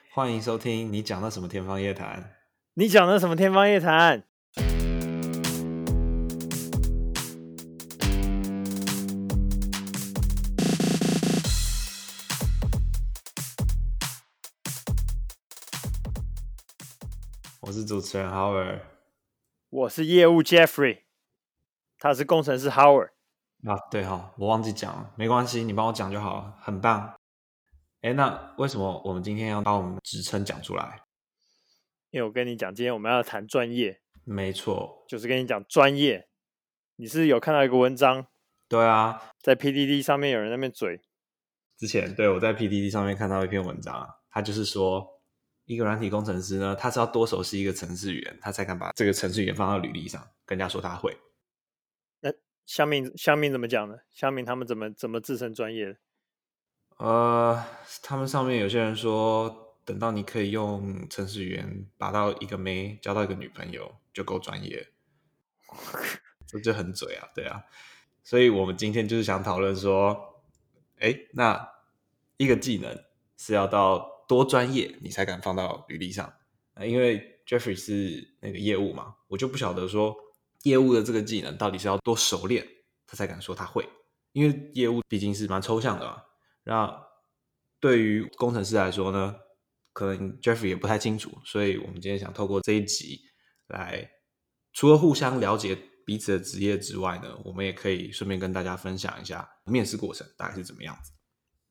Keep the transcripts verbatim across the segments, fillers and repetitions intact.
欢迎收听你讲的什么天方夜谭？ 你讲的什么天方夜谭？ 我是主持人 Howard。 我是业务 Jeffrey， 他是工程师 Howard。 啊，对哈，我忘记讲了，没关系，你帮我讲就好了，很棒。哎，那为什么我们今天要把我们的职称讲出来？ 因为我跟你讲，今天我们要谈专业， 没错， 就是跟你讲专业。你是有看到一个文章？ 对啊， 在 P T T 上面有人在那边嘴。 之前对我在 P T T 上面看到一篇文章，他就是说，一个软体工程师呢，他是要多熟悉一个程式语言，他才敢把这个程式语言放到履历上，跟人家说他会。 那乡民乡民怎么讲呢？乡民他们怎么怎么自称专业的？ 呃，他们上面有些人说，等到你可以用程式语言把到一个妹，交到一个女朋友，就够专业。这就很嘴啊，对啊。所以我们今天就是想讨论说，哎，那一个技能是要到多专业，你才敢放到履历上？呃因为 Jeffrey 是那个业务嘛，我就不晓得说业务的这个技能到底是要多熟练，他才敢说他会。因为业务毕竟是蛮抽象的嘛。那对于工程师来说呢，可能 Jeffrey 也不太清楚，所以我们今天想透过这一集来，除了互相了解彼此的职业之外呢，我们也可以顺便跟大家分享一下面试过程大概是怎么样子。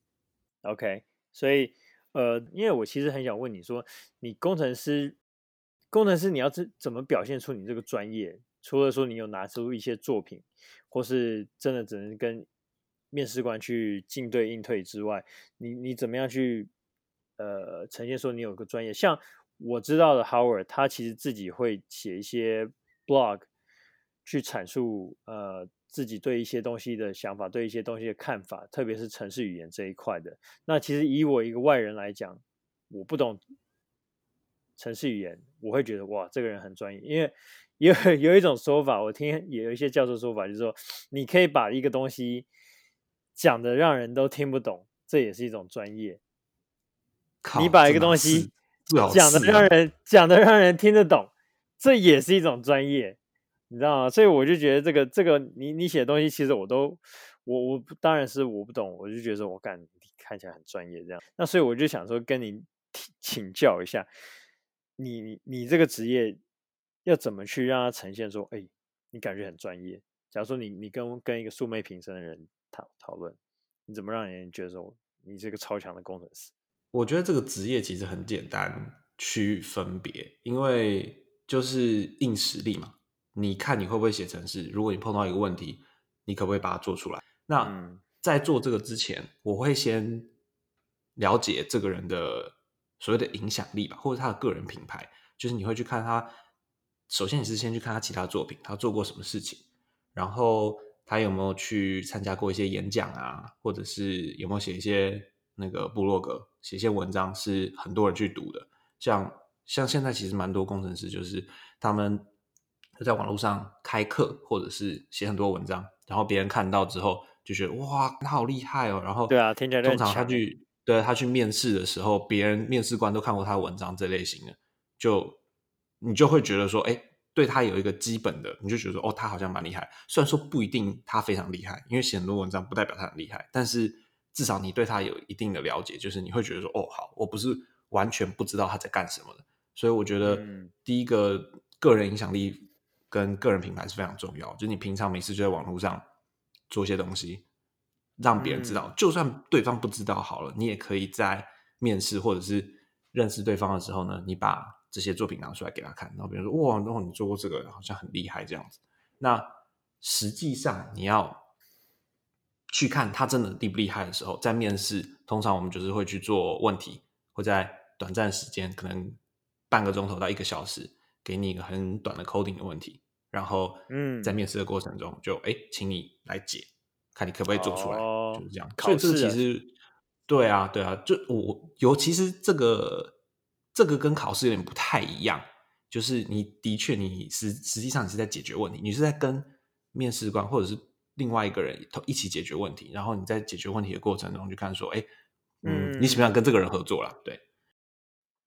OK，所以呃，因为我其实很想问你说，你工程师，工程师你要怎怎么表现出你这个专业？除了说你有拿出一些作品，或是真的只能跟面试官去进对应退之外，你你怎么样去呃呈现说你有个专业？像我知道的 Howard，他其实自己会写一些 blog 去阐述呃自己对一些东西的想法，对一些东西的看法，特别是程式语言这一块的。那其实以我一个外人来讲，我不懂程式语言，我会觉得哇，这个人很专业，因为有有一种说法，我听也有一些教授说法，就是说你可以把一个东西讲的让人都听不懂，这也是一种专业。你靠， 把一个这哪是？ 东西最好讲的是啊。 让人讲的让人听得懂，这也是一种专业，你知道吗？所以我就觉得这个这个你你写的东西，其实我都我我当然是我不懂，我就觉得说我感看起来很专业这样。那所以我就想说跟你请教一下，你你这个职业要怎么去让它呈现说，哎，你感觉很专业？假如说你你跟跟一个素昧平生的人讨讨论，你怎么让人觉得说你是个超强的工程师？ 我觉得这个职业其实很简单区分别，因为就是硬实力嘛。你看你会不会写程式？如果你碰到一个问题，你可不可以把它做出来？那嗯在做这个之前，我会先了解这个人的所谓的影响力吧，或者他的个人品牌。就是你会去看他，首先你是先去看他其他作品，他做过什么事情，然后他有没有去参加过一些演讲啊，或者是有没有写一些那个部落格，写一些文章是很多人去读的。像像现在其实蛮多工程师就是他们在网络上开课，或者是写很多文章，然后别人看到之后就觉得哇，他好厉害哦。然后对啊，听起来就通常他很强欸。 去对他去面试的时候，别人面试官都看过他的文章这类型的，就你就会觉得说，哎，对他有一个基本的，你就觉得说，哦，他好像蛮厉害。虽然说不一定他非常厉害，因为写很多文章不代表他很厉害，但是至少你对他有一定的了解，就是你会觉得说，哦，好，我不是完全不知道他在干什么的。所以我觉得嗯第一个个人影响力跟个人品牌是非常重要，就是你平常没事就在网络上做些东西，让别人知道， 嗯就算对方不知道好了，你也可以在面试或者是认识对方的时候呢，你把这些作品拿出来给他看，然后别人说哇，然后你做过这个，好像很厉害这样子。那实际上你要去看他真的厉不厉害的时候，在面试，通常我们就是会去做问题，会在短暂时间，可能半个钟头到一个小时，给你一个很短的 coding 的问题，然后在嗯， 面试的过程中就，哎，请你来解，看你可不可以做出来，就哦， 是这样。所以这个考试啊， 其实，对啊，对啊，就我尤其是这个这个跟考试有点不太一样，就是你的确你实实际上你是在解决问题，你是在跟面试官或者是另外一个人一起解决问题，然后你在解决问题的过程中就看说，哎，嗯，你想不想嗯， 跟这个人合作啦？对。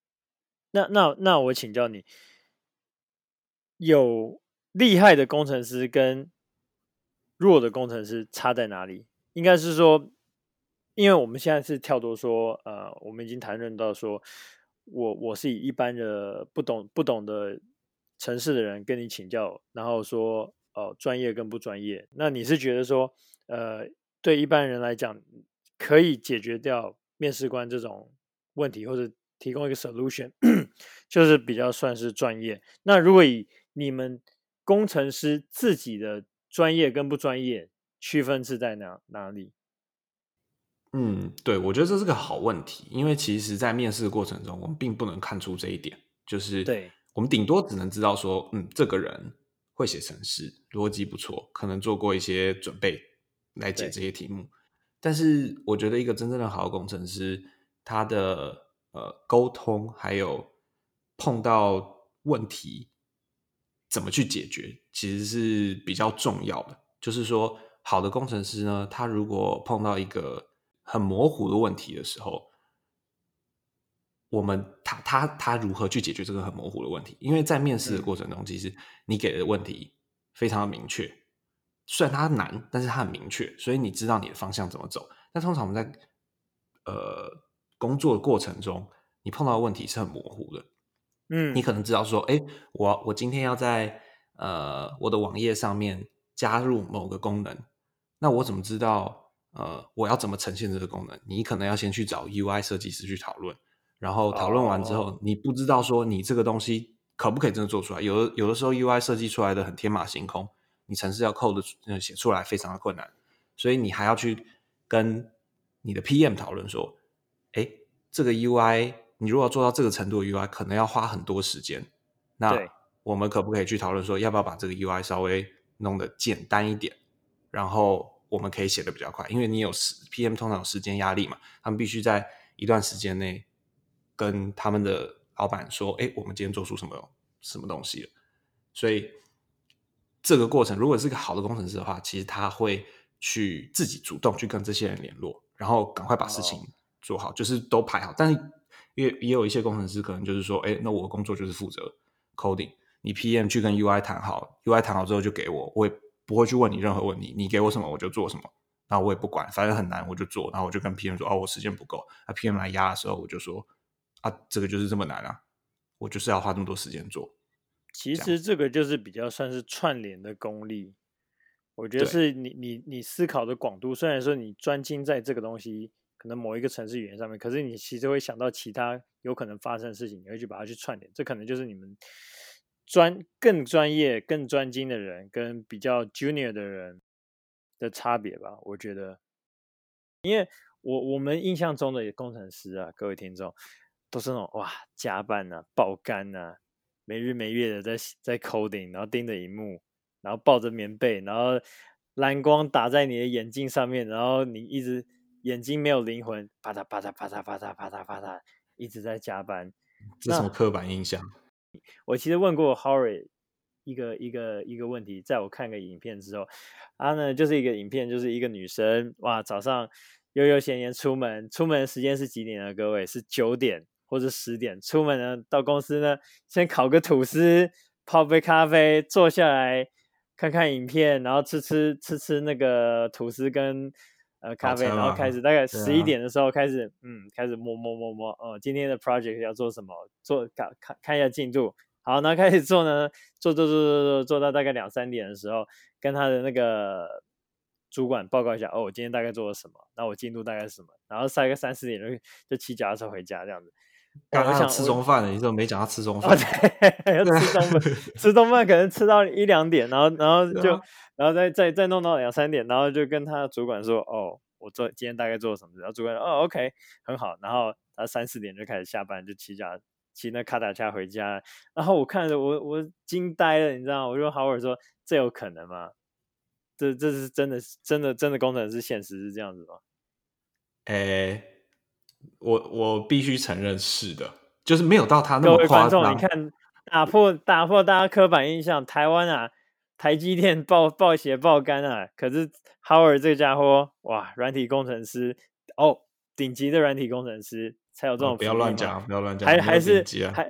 那那那我请教你，有厉害的工程师跟弱的工程师差在哪里？应该是说，因为我们现在是跳脱说，呃，我们已经谈论到说，我我是以一般的不懂不懂的城市的人跟你请教，然后说，哦，专业跟不专业。那你是觉得说，呃，对一般人来讲，可以解决掉面试官这种问题，或者提供一个 solution，就是比较算是专业。那如果以你们工程师自己的专业跟不专业区分是在哪哪里？ 嗯，对，我觉得这是个好问题，因为其实，在面试的过程中，我们并不能看出这一点，就是对我们顶多只能知道说，嗯，这个人会写程式，逻辑不错，可能做过一些准备来解对， 这些题目。但是，我觉得一个真正的好的工程师，他的呃沟通还有碰到问题怎么去解决，其实是比较重要的。就是说，好的工程师呢，他如果碰到一个很模糊的问题的时候，我们他他他如何去解决这个很模糊的问题？因为在面试的嗯， 过程中，其实你给的问题非常的明确，虽然它难，但是它很明确，所以你知道你的方向怎么走。但通常我们在呃工作的过程中，你碰到的问题是很模糊的。你嗯， 可能知道说，哎，我我今天要在呃我的网页上面加入某个功能，那我怎么知道呃我要怎么呈现这个功能？你可能要先去找 U I 设计师去讨论，然后讨论完之哦， 后，你不知道说你这个东西可不可以真的做出来？有的有的时候 U I 设计出来的很天马行空，你程式要 code 的写出来非常的困难，所以你还要去跟你的 P M 讨论说，哎，这个 U I 你如果要做到这个程度的 U I，可能要花很多时间。那对， 我们可不可以去讨论说，要不要把这个 U I 稍微弄得简单一点，然后我们可以写的比较快？因为你有时 P M 通常有时间压力嘛，他们必须在一段时间内跟他们的老板说，哎，我们今天做出什么什么东西了。所以这个过程，如果是一个好的工程师的话，其实他会去自己主动去跟这些人联络，然后赶快把事情哦， 做好，就是都排好。但是也也有一些工程师可能就是说，哎，那我的工作就是负责 coding，你 P M 去跟 U I 谈好，U I 谈好之后就给我，我也不会去问你任何问题，你给我什么我就做什么，那我也不管，反正很难我就做，然后我就跟 P M 说，哦，我时间不够，那 P M 来压的时候，我就说，啊，这个就是这么难啊，我就是要花这么多时间做， 其这样子， 实这个就是比较算是串联的功力。我觉得对。 是你你你思考的广度，虽然说你专精在这个东西，可能某一个程式语言上面，可是你其实会想到其他有可能发生的事情，你会去把它去串联。这可能就是你们专更专业、更专精的人跟比较 junior 的人的差别吧。我觉得，我我们印象中的工程师啊，各位听众，都是那种哇加班啊、爆肝啊，没日没夜的在在 coding，然后盯着荧幕，然后抱着棉被，然后蓝光打在你的眼镜上面，然后你一直眼睛没有灵魂，啪嗒啪嗒啪嗒啪嗒啪嗒啪嗒，一直在加班。那这什么刻板印象？ 我其实问过 Howard 一个一个一个问题，在我看个影片之后，他呢就是一个影片，就是一个女生哇，早上悠悠闲闲出门，出门的时间是几点呢？各位是九点或者十点出门呢，到公司呢先烤个吐司，泡杯咖啡，坐下来看看影片，然后吃吃吃吃那个吐司跟呃咖啡， 早餐然后开始嘛， 大概十一对啊， 点的时候开始，嗯，开始摸摸摸摸，哦，今天的 project 要做什么，做看看看一下进度。好，然后开始做呢，做做做做做做到大概两三点的时候，跟他的那个主管报告一下，哦，我今天大概做了什么，然后我进度大概是什么，然后下一个三四点就就骑脚踏车回家这样子。哦， 刚刚有我想我吃中饭了，你怎么没讲到吃中哦， 饭？ 对，要对啊， 吃中饭，吃中饭可能吃到一两点，然后然后就对啊， 然后再再再弄到两三点，然后就跟他的主管说，哦，我做今天大概做了什么事，然后主管说，哦，OK，很好，然后他三四点就开始下班，就骑脚骑那卡达恰回家，然后我看着我我惊呆了，你知道吗？我就好好说，这有可能吗？这这是真的真的真的工程师现实是这样子吗？ 诶，我我必须承认是的，就是没有到他那各么位观众，你夸张。 看，打破打破大家刻板印象，台湾啊，台积电爆爆血爆肝啊，可是 Howard 这个家伙，哇，软体工程师哦，顶级的软体工程师才有这呃， 种不要福利吗？ 乱讲，不要乱讲，没有还还是顶级啊。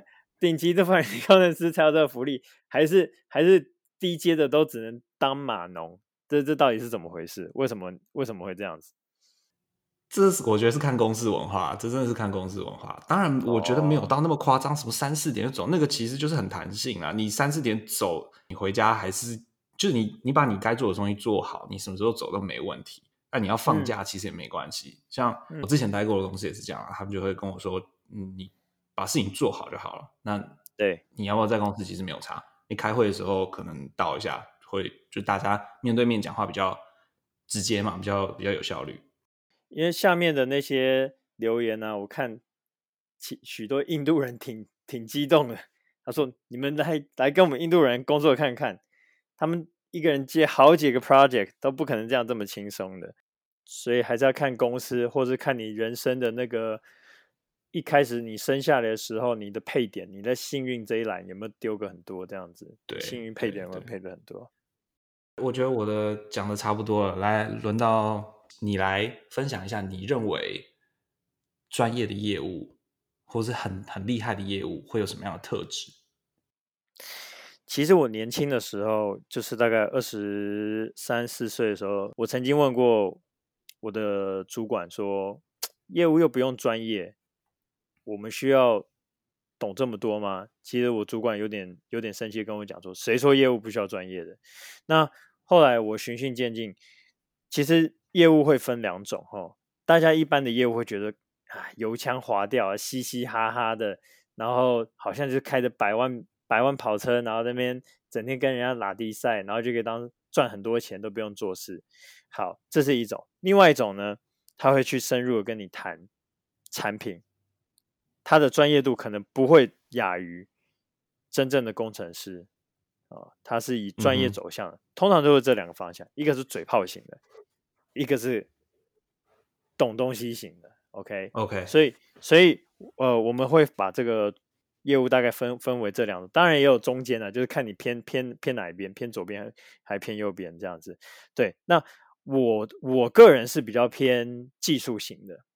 顶级的软体工程师才有这个福利，还是还是低阶的都只能当码农？这这到底是怎么回事？为什么为什么会这样子？ 这是我觉得是看公司文化，这真的是看公司文化。当然，我觉得没有到那么夸张，什么三四点就走，那个其实就是很弹性啊。你三四点走，你回家还是就是你你把你该做的东西做好，你什么时候走都没问题。那你要放假其实也没关系。像我之前待过的公司也是这样啊，他们就会跟我说，嗯，你把事情做好就好了。那对， 你要不要在公司其实没有差。你开会的时候可能到一下，会就大家面对面讲话比较直接嘛，比较比较有效率。 因为下面的那些留言呢、啊，我看许许多印度人挺挺激动的。他说：“你们来来跟我们印度人工作看看，他们一个人接好几个 project 都不可能这样这么轻松的。所以还是要看公司，或是看你人生的那个一开始你生下来的时候，你的配点，你的幸运这一栏有没有丢个很多这样子？ 对， 幸运配点有没有对配的很多？ 我觉得我的讲的差不多了，来轮到你来分享一下，你认为专业的业务或是很很厉害的业务会有什么样的特质？ 其实我年轻的时候，就是大概二十三四岁的时候，我曾经问过我的主管说，业务又不用专业，我们需要懂这么多吗？其实我主管有点有点生气，跟我讲说，谁说业务不需要专业的？那后来我循序渐进，其实业务会分两种哈，大家一般的业务会觉得啊油腔滑调，嘻嘻哈哈的，然后好像就是开着百万百万跑车，然后在那边整天跟人家拉低赛，然后就可以当赚很多钱都不用做事。好，这是一种。另外一种呢，他会去深入的跟你谈产品，他的专业度可能不会亚于真正的工程师啊、哦，他是以专业走向的，通常都是这两个方向，一个是嘴炮型的，一个是懂东西型的。OK， OK， 所以所以呃，我们会把这个业务大概分分为这两种，当然也有中间的，就是看你偏偏偏哪一边，偏左边还偏右边这样子。对，那我我个人是比较偏技术型的。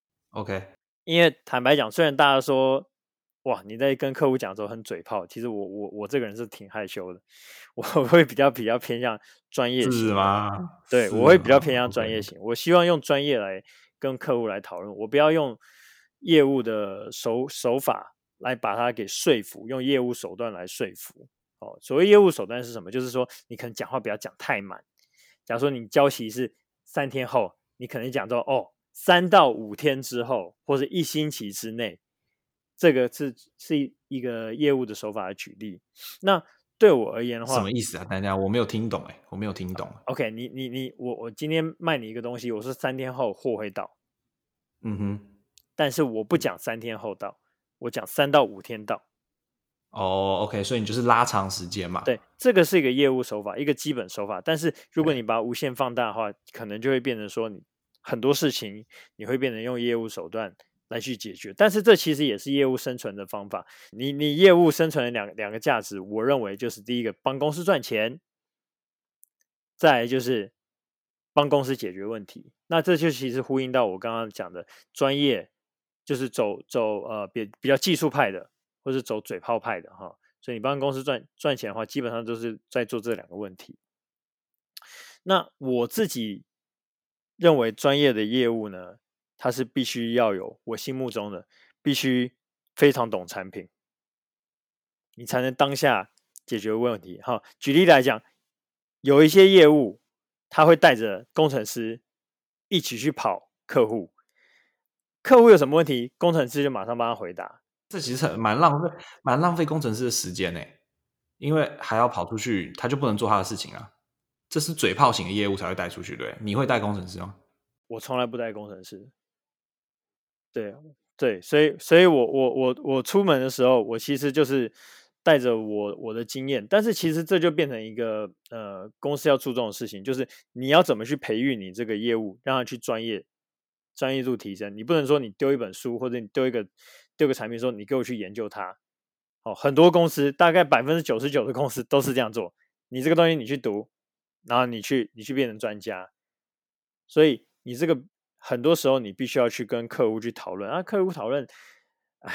OK， 因为坦白讲，虽然大家说哇你在跟客户讲的时候很嘴炮，其实我我我这个人是挺害羞的，我会比较比较偏向专业型的。 是吗？ 对， 是我会比较吗偏向专业 ？OK， 型，我希望用专业来跟客户来讨论，我不要用业务的手手法来把它给说服，用业务手段来说服。哦，所谓业务手段是什么？就是说你可能讲话不要讲太满。假如说你交期是三天后，你可能讲到哦，三到五天之后，或者一星期之内，这个是是一个业务的手法的举例。那对我而言的话， 什么意思啊？大家我没有听懂哎，我没有听懂。 OK，你你你，我我今天卖你一个东西，我说三天后货会到， 嗯哼， 但是我不讲三天后到，我讲三到五天到。 哦，OK，所以你就是拉长时间嘛。 对，这个是一个业务手法，一个基本手法。但是如果对你把它无限放大的话，可能就会变成说你很多事情你会变成用业务手段来去解决。但是这其实也是业务生存的方法。你你业务生存的两两个价值，我认为就是第一个帮公司赚钱，再来就是帮公司解决问题。那这就其实呼应到我刚刚讲的专业，就是走走呃比比较技术派的，或是走嘴炮派的哈。所以你帮公司赚赚钱的话，基本上都是在做这两个问题。那我自己认为专业的业务呢，它是必须要有我心目中的，必须非常懂产品，你才能当下解决问题。哈，举例来讲，有一些业务他会带着工程师一起去跑客户，客户有什么问题，工程师就马上帮他回答。 这其实很蛮浪费蛮浪费工程师的时间呢，因为还要跑出去，他就不能做他的事情啊。这是嘴炮型的业务才会带出去，对？你会带工程师吗？ 我从来不带工程师，对对，所以所以我我我我出门的时候，我其实就是带着我我的经验，但是其实这就变成一个呃公司要注重的事情，就是你要怎么去培育你这个业务，让他去专业专业度提升。你不能说你丢一本书或者你丢一个丢个产品说你给我去研究它。哦，很多公司大概百分之九十九的公司都是这样做，你这个东西你去读，然后你去你去变成专家，所以你这个很多时候你必须要去跟客户去讨论啊，客户讨论，哎，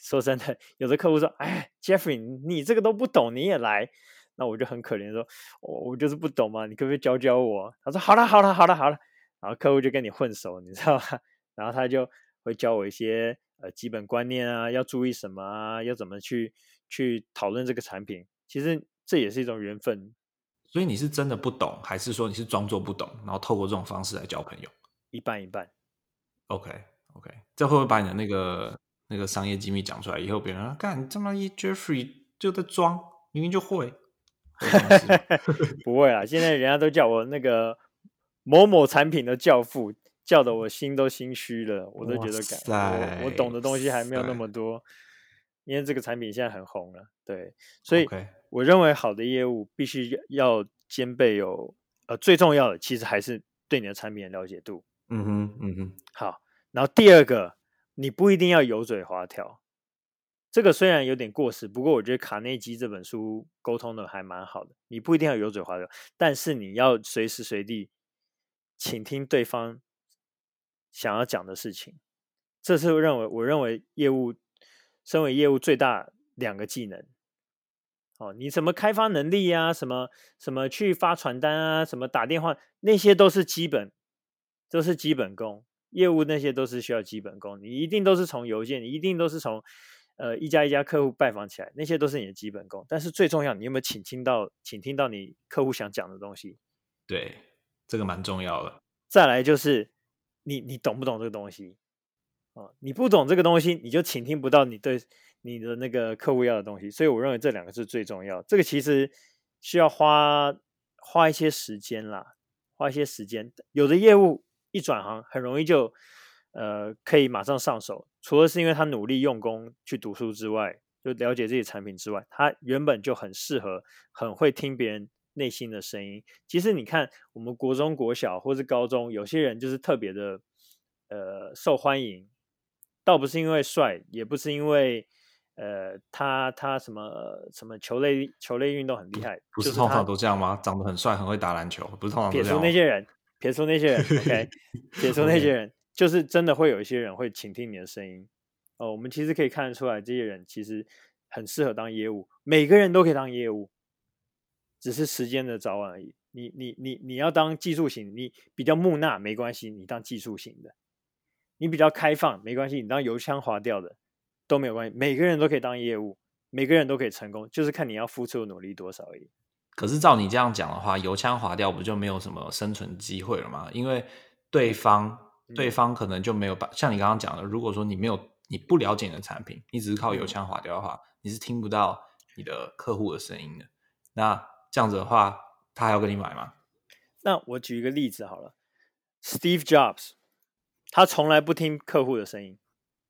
说真的，有的客户说，哎 ，Jeffrey，你这个都不懂，你也来，那我就很可怜说，我、我就是不懂嘛，你可不可以教教我？他说好了，好了，好了，好了，然后客户就跟你混熟，你知道吧？然后他就会教我一些呃基本观念啊，要注意什么啊，要怎么去去讨论这个产品。其实这也是一种缘分， 所以你是真的不懂，还是说你是装作不懂，然后透过这种方式来交朋友一半一半。 ？OK OK，这会不会把你的那个那个商业机密讲出来？以后别人说干你这么一 Jeffrey 就在装，明明就会，会有这种事吗？ 不会啦，现在人家都叫我那个某某产品的教父，叫的我心都心虚了，我都哇觉得感我我懂塞的东西还没有那塞么多，因为这个产品现在很红了，对，所以 ，OK， 我认为好的业务必须要兼备有呃最重要的，其实还是对你的产品的了解度。 嗯哼嗯哼， 好，然后第二个，你不一定要油嘴滑调。这个虽然有点过时，不过我觉得卡内基这本书沟通的还蛮好的。你不一定要油嘴滑调，但是你要随时随地倾听对方想要讲的事情。这是我认为我认为业务身为业务最大两个技能。哦，你什么开发能力啊，什么什么去发传单啊，什么打电话，那些都是基本，都是基本功。业务那些都是需要基本功，你一定都是从邮件，你一定都是从呃一家一家客户拜访起来，那些都是你的基本功。但是最重要，你有没有倾听到，倾听到你客户想讲的东西？ 对，这个蛮重要的。 再来就是你你懂不懂这个东西？哦，你不懂这个东西，你就倾听不到你对你的那个客户要的东西。所以我认为这两个是最重要。这个其实需要花花一些时间啦，花一些时间。有的业务一转行，很容易就呃可以马上上手。除了是因为他努力用功去读书之外，就了解自己产品之外，他原本就很适合，很会听别人内心的声音。其实你看，我们国中国小或是高中，有些人就是特别的呃受欢迎，倒不是因为帅，也不是因为呃他他什么什么球类球类运动很厉害， 不是通常就是他都这样吗？长得很帅，很会打篮球，不是通常都撇除这样吗？ 那些人，撇除那些人，OK，撇除那些 OK， 人，就是真的会有一些人会倾听你的声音。哦，我们其实可以看得出来，这些人其实很适合当业务，每个人都可以当业务，只是时间的早晚而已。你你你你要当技术型，你比较木讷没关系，你当技术型的；你比较开放没关系，你当油腔滑调的都没有关系。每个人都可以当业务，每个人都可以成功，就是看你要付出的努力多少而已。 可是照你这样讲的话，油腔滑调不就没有什么生存机会了吗？因为对方对嗯方可能就没有把像你刚刚讲的，如果说你没有你不了解你的产品，你只是靠油嗯。 腔滑调的话，你是听不到你的客户的声音的。那这样子的话，他还要跟你买吗？ 那我举一个例子好了，Steve Jobs，他从来不听客户的声音，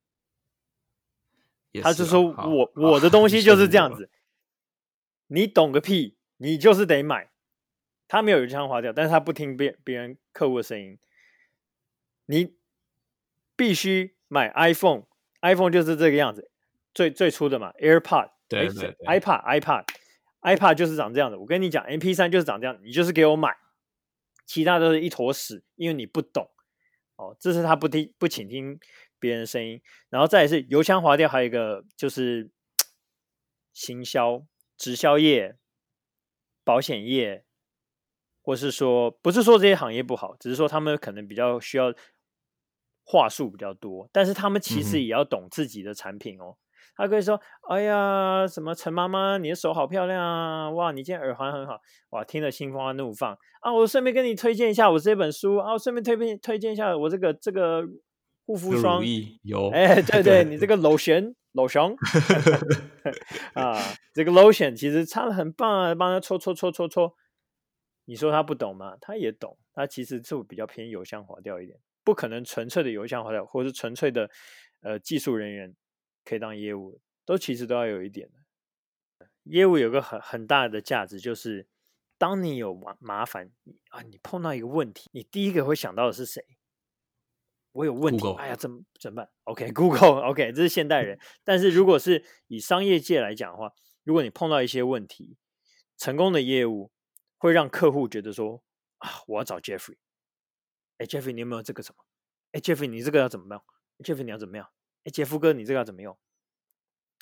他就说也是啊，好我我的好，你东西就说服我了。 是这样子，你懂个屁，你就是得买。他没有油腔滑调，但是他不听别别人客户的声音，你必须买 iPhone，iPhone 就是这个样子，最最初的嘛，AirPod，哎对对对， ，iPad，iPad，iPad 就是长这样的。我跟你讲，M P 三 就是长这样，你就是给我买，其他都是一坨屎，因为你不懂。哦，这是他不听不倾听别人的声音，然后再来是油腔滑调，还有一个就是行销、直销业、保险业，或是说不是说这些行业不好，只是说他们可能比较需要话术比较多，但是他们其嗯哼， 实也要懂自己的产品哦。他可以说：“哎呀，什么陈妈妈，你的手好漂亮啊！哇，你今天耳环很好，哇，听了心花怒放啊！我顺便跟你推荐一下我这本书啊，我顺便推荐推荐一下我这个这个护肤就乳霜。 液油， 哎，对对， 对， 你这个 lotion lotion 啊，这个 lotion 其实擦的很棒啊，帮他搓搓搓搓搓。你说他不懂吗？他也懂，他其实是比较偏油腔滑调一点，不可能纯粹的油腔滑调，或者是纯粹的呃技术人员可以当业务，都其实都要有一点的。业务有个很很大的价值，就是当你有麻麻烦啊，你碰到一个问题，你第一个会想到的是谁？我有问题，哎 Google， 呀，怎么怎么办？OK，Google，OK，、这是现代人。但是如果是以商业界来讲的话，如果你碰到一些问题，成功的业务会让客户觉得说啊，我要找 Jeffrey。哎，Jeffrey，你有没有这个什么？哎，Jeffrey，你这个要怎么样？Jeffrey，你要怎么样？哎，杰夫哥，你这个要怎么用？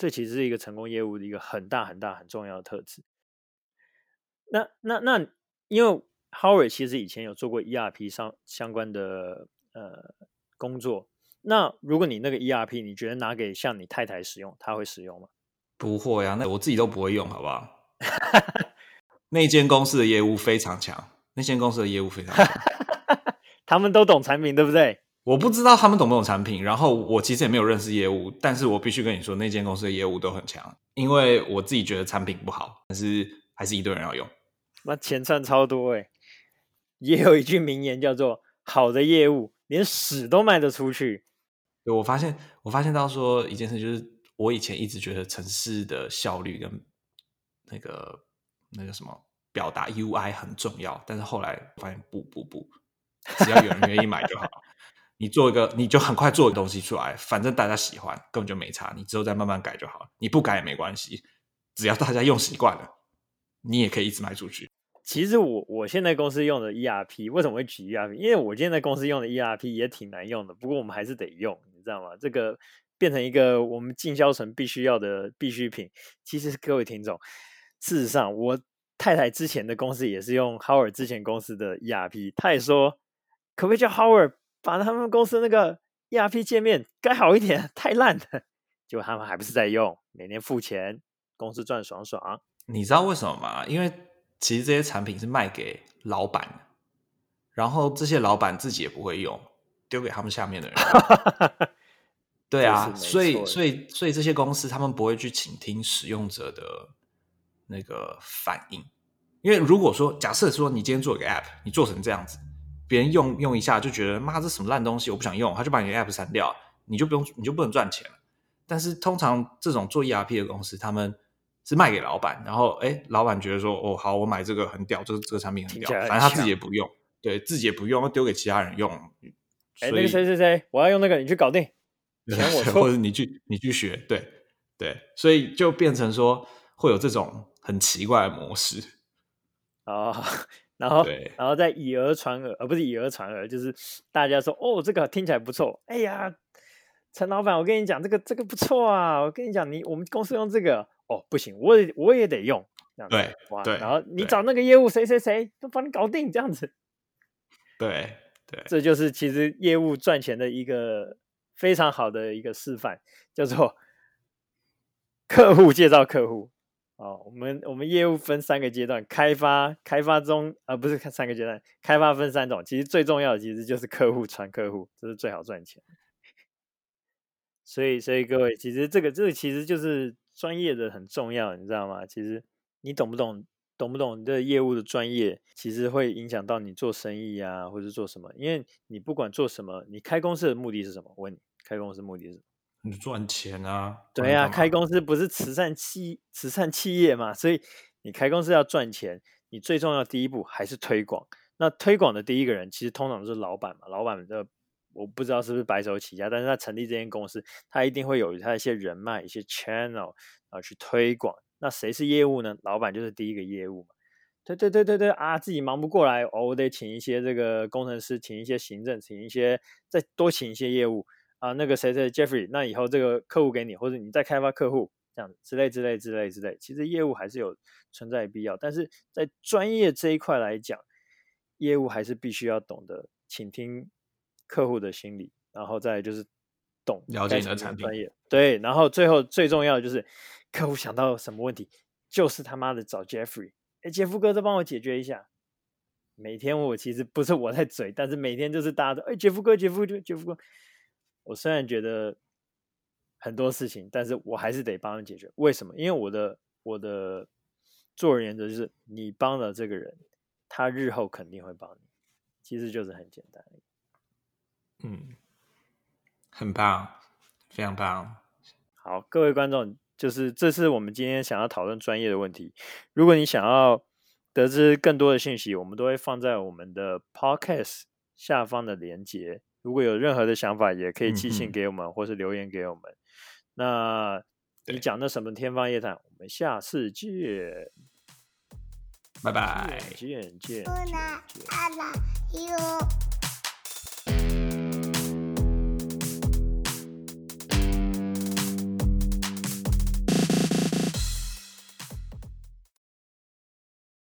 这其实是一个成功业务的一个很大很大很重要的特质。那那那，因为 Howard 其实以前有做过 E R P 上相关的呃工作，那如果你那个 E R P 你觉得拿给像你太太使用，她会使用吗？ 不会啊，那我自己都不会用，好不好？那间公司的业务非常强，那间公司的业务非常强， 他们都懂产品，对不对？ 我不知道他们懂不懂产品，然后我其实也没有认识业务，但是我必须跟你说，那间公司的业务都很强，因为我自己觉得产品不好，但是还是一堆人要用。 那钱赚超多哎、欸！也有一句名言叫做“好的业务连屎都卖得出去”。 对，我发现，我发现到说一件事，就是我以前一直觉得程式的效率跟那个那个什么表达 U I 很重要，但是后来发现不不不，只要有人愿意买就好。你做一个，你就很快做个东西出来，反正大家喜欢，根本就没差。你之后再慢慢改就好了，你不改也没关系，只要大家用习惯了，你也可以一直卖出去。 其实我我现在公司用的 E R P 为什么会举 E R P？ 因为我现在公司用的 E R P 也挺难用的，不过我们还是得用，你知道吗？这个变成一个我们进销存必须要的必需品。其实各位听众，事实上我太太之前的公司也是用 Howard 之前公司的 E R P， 她也说可不可以叫 Howard 把他们公司那个 E R P 界面改好一点，太烂了。结果他们还不是在用，每年付钱，公司赚爽爽。 你知道为什么吗？因为其实这些产品是卖给老板，然后这些老板自己也不会用，丢给他们下面的人用。对啊，所以所以所以这些公司他们不会去倾听使用者的那个反应，因为如果说假设说你今天做一个 App， 你做成这样子，别人用用一下就觉得妈这什么烂东西，我不想用，他就把你的 App 删掉，你就不用你就不能赚钱了。但是通常这种做 E R P 的公司，他们是卖给老板，然后哎，老板觉得说哦好，我买这个很屌，这个这个产品很屌， 很反正他自己也不用，对自己也不用，丢给其他人用。 哎，那个谁谁谁，我要用那个，你去搞定。钱我出， 或者你去你去学，对对，所以就变成说会有这种很奇怪的模式哦，然后然后再以讹传讹，而、呃、不是以讹传讹，就是大家说哦这个听起来不错，哎呀，陈老板，我跟你讲这个这个不错啊，我跟你讲你我们公司用这个哦不行，我也我也得用，这样子对哇， 对， 然后你找那个业务谁谁谁都帮你搞定，这样子， 对对， 这就是其实业务赚钱的一个非常好的一个示范，叫做客户介绍客户。哦，我们我们业务分三个阶段，开发、开发中，呃，不是三个阶段，开发分三种，其实最重要的其实就是客户传客户，这是最好赚钱。所以，所以各位，其实这个这个其实就是专业的很重要，你知道吗？其实你懂不懂，懂不懂你的业务的专业，其实会影响到你做生意啊，或者做什么。因为你不管做什么，你开公司的目的是什么？我问你，开公司目的是什么？ 你赚钱啊？ 对啊，开公司不是慈善企慈善企业嘛，所以你开公司要赚钱，你最重要的第一步还是推广。那推广的第一个人，其实通常都是老板嘛。老板的我不知道是不是白手起家，但是他成立这间公司，他一定会有他一些人脉、一些 channel 然后去推广。那谁是业务呢？老板就是第一个业务嘛。对对对对对啊，自己忙不过来哦，我得请一些这个工程师，请一些行政，请一些再多请一些业务。啊，那个谁谁 Jeffrey， 那以后这个客户给你，或者你再开发客户，这样之类之类之类之类，其实业务还是有存在的必要，但是在专业这一块来讲，业务还是必须要懂得倾听客户的心理，然后再就是懂了解你的产品， 专业，对，然后最后最重要的就是客户想到什么问题，就是他妈的找 Jeffrey， 哎，杰夫哥，再帮我解决一下。每天我其实不是我在嘴，但是每天就是大家都哎，杰夫哥，杰夫哥，杰夫哥。我虽然觉得很多事情，但是我还是得帮人解决。为什么？因为我的我的做人原则就是，你帮了这个人，他日后肯定会帮你。其实就是很简单。 嗯，很棒，非常棒。 好，各位观众，就是这是我们今天想要讨论专业的问题。如果你想要得知更多的信息，我们都会放在我们的 podcast 下方的连结。如果有任何的想法，也可以寄信给我们，嗯、或是留言给我们。那你讲的什么天方夜谭？我们下次见， 拜拜， 见见见。见见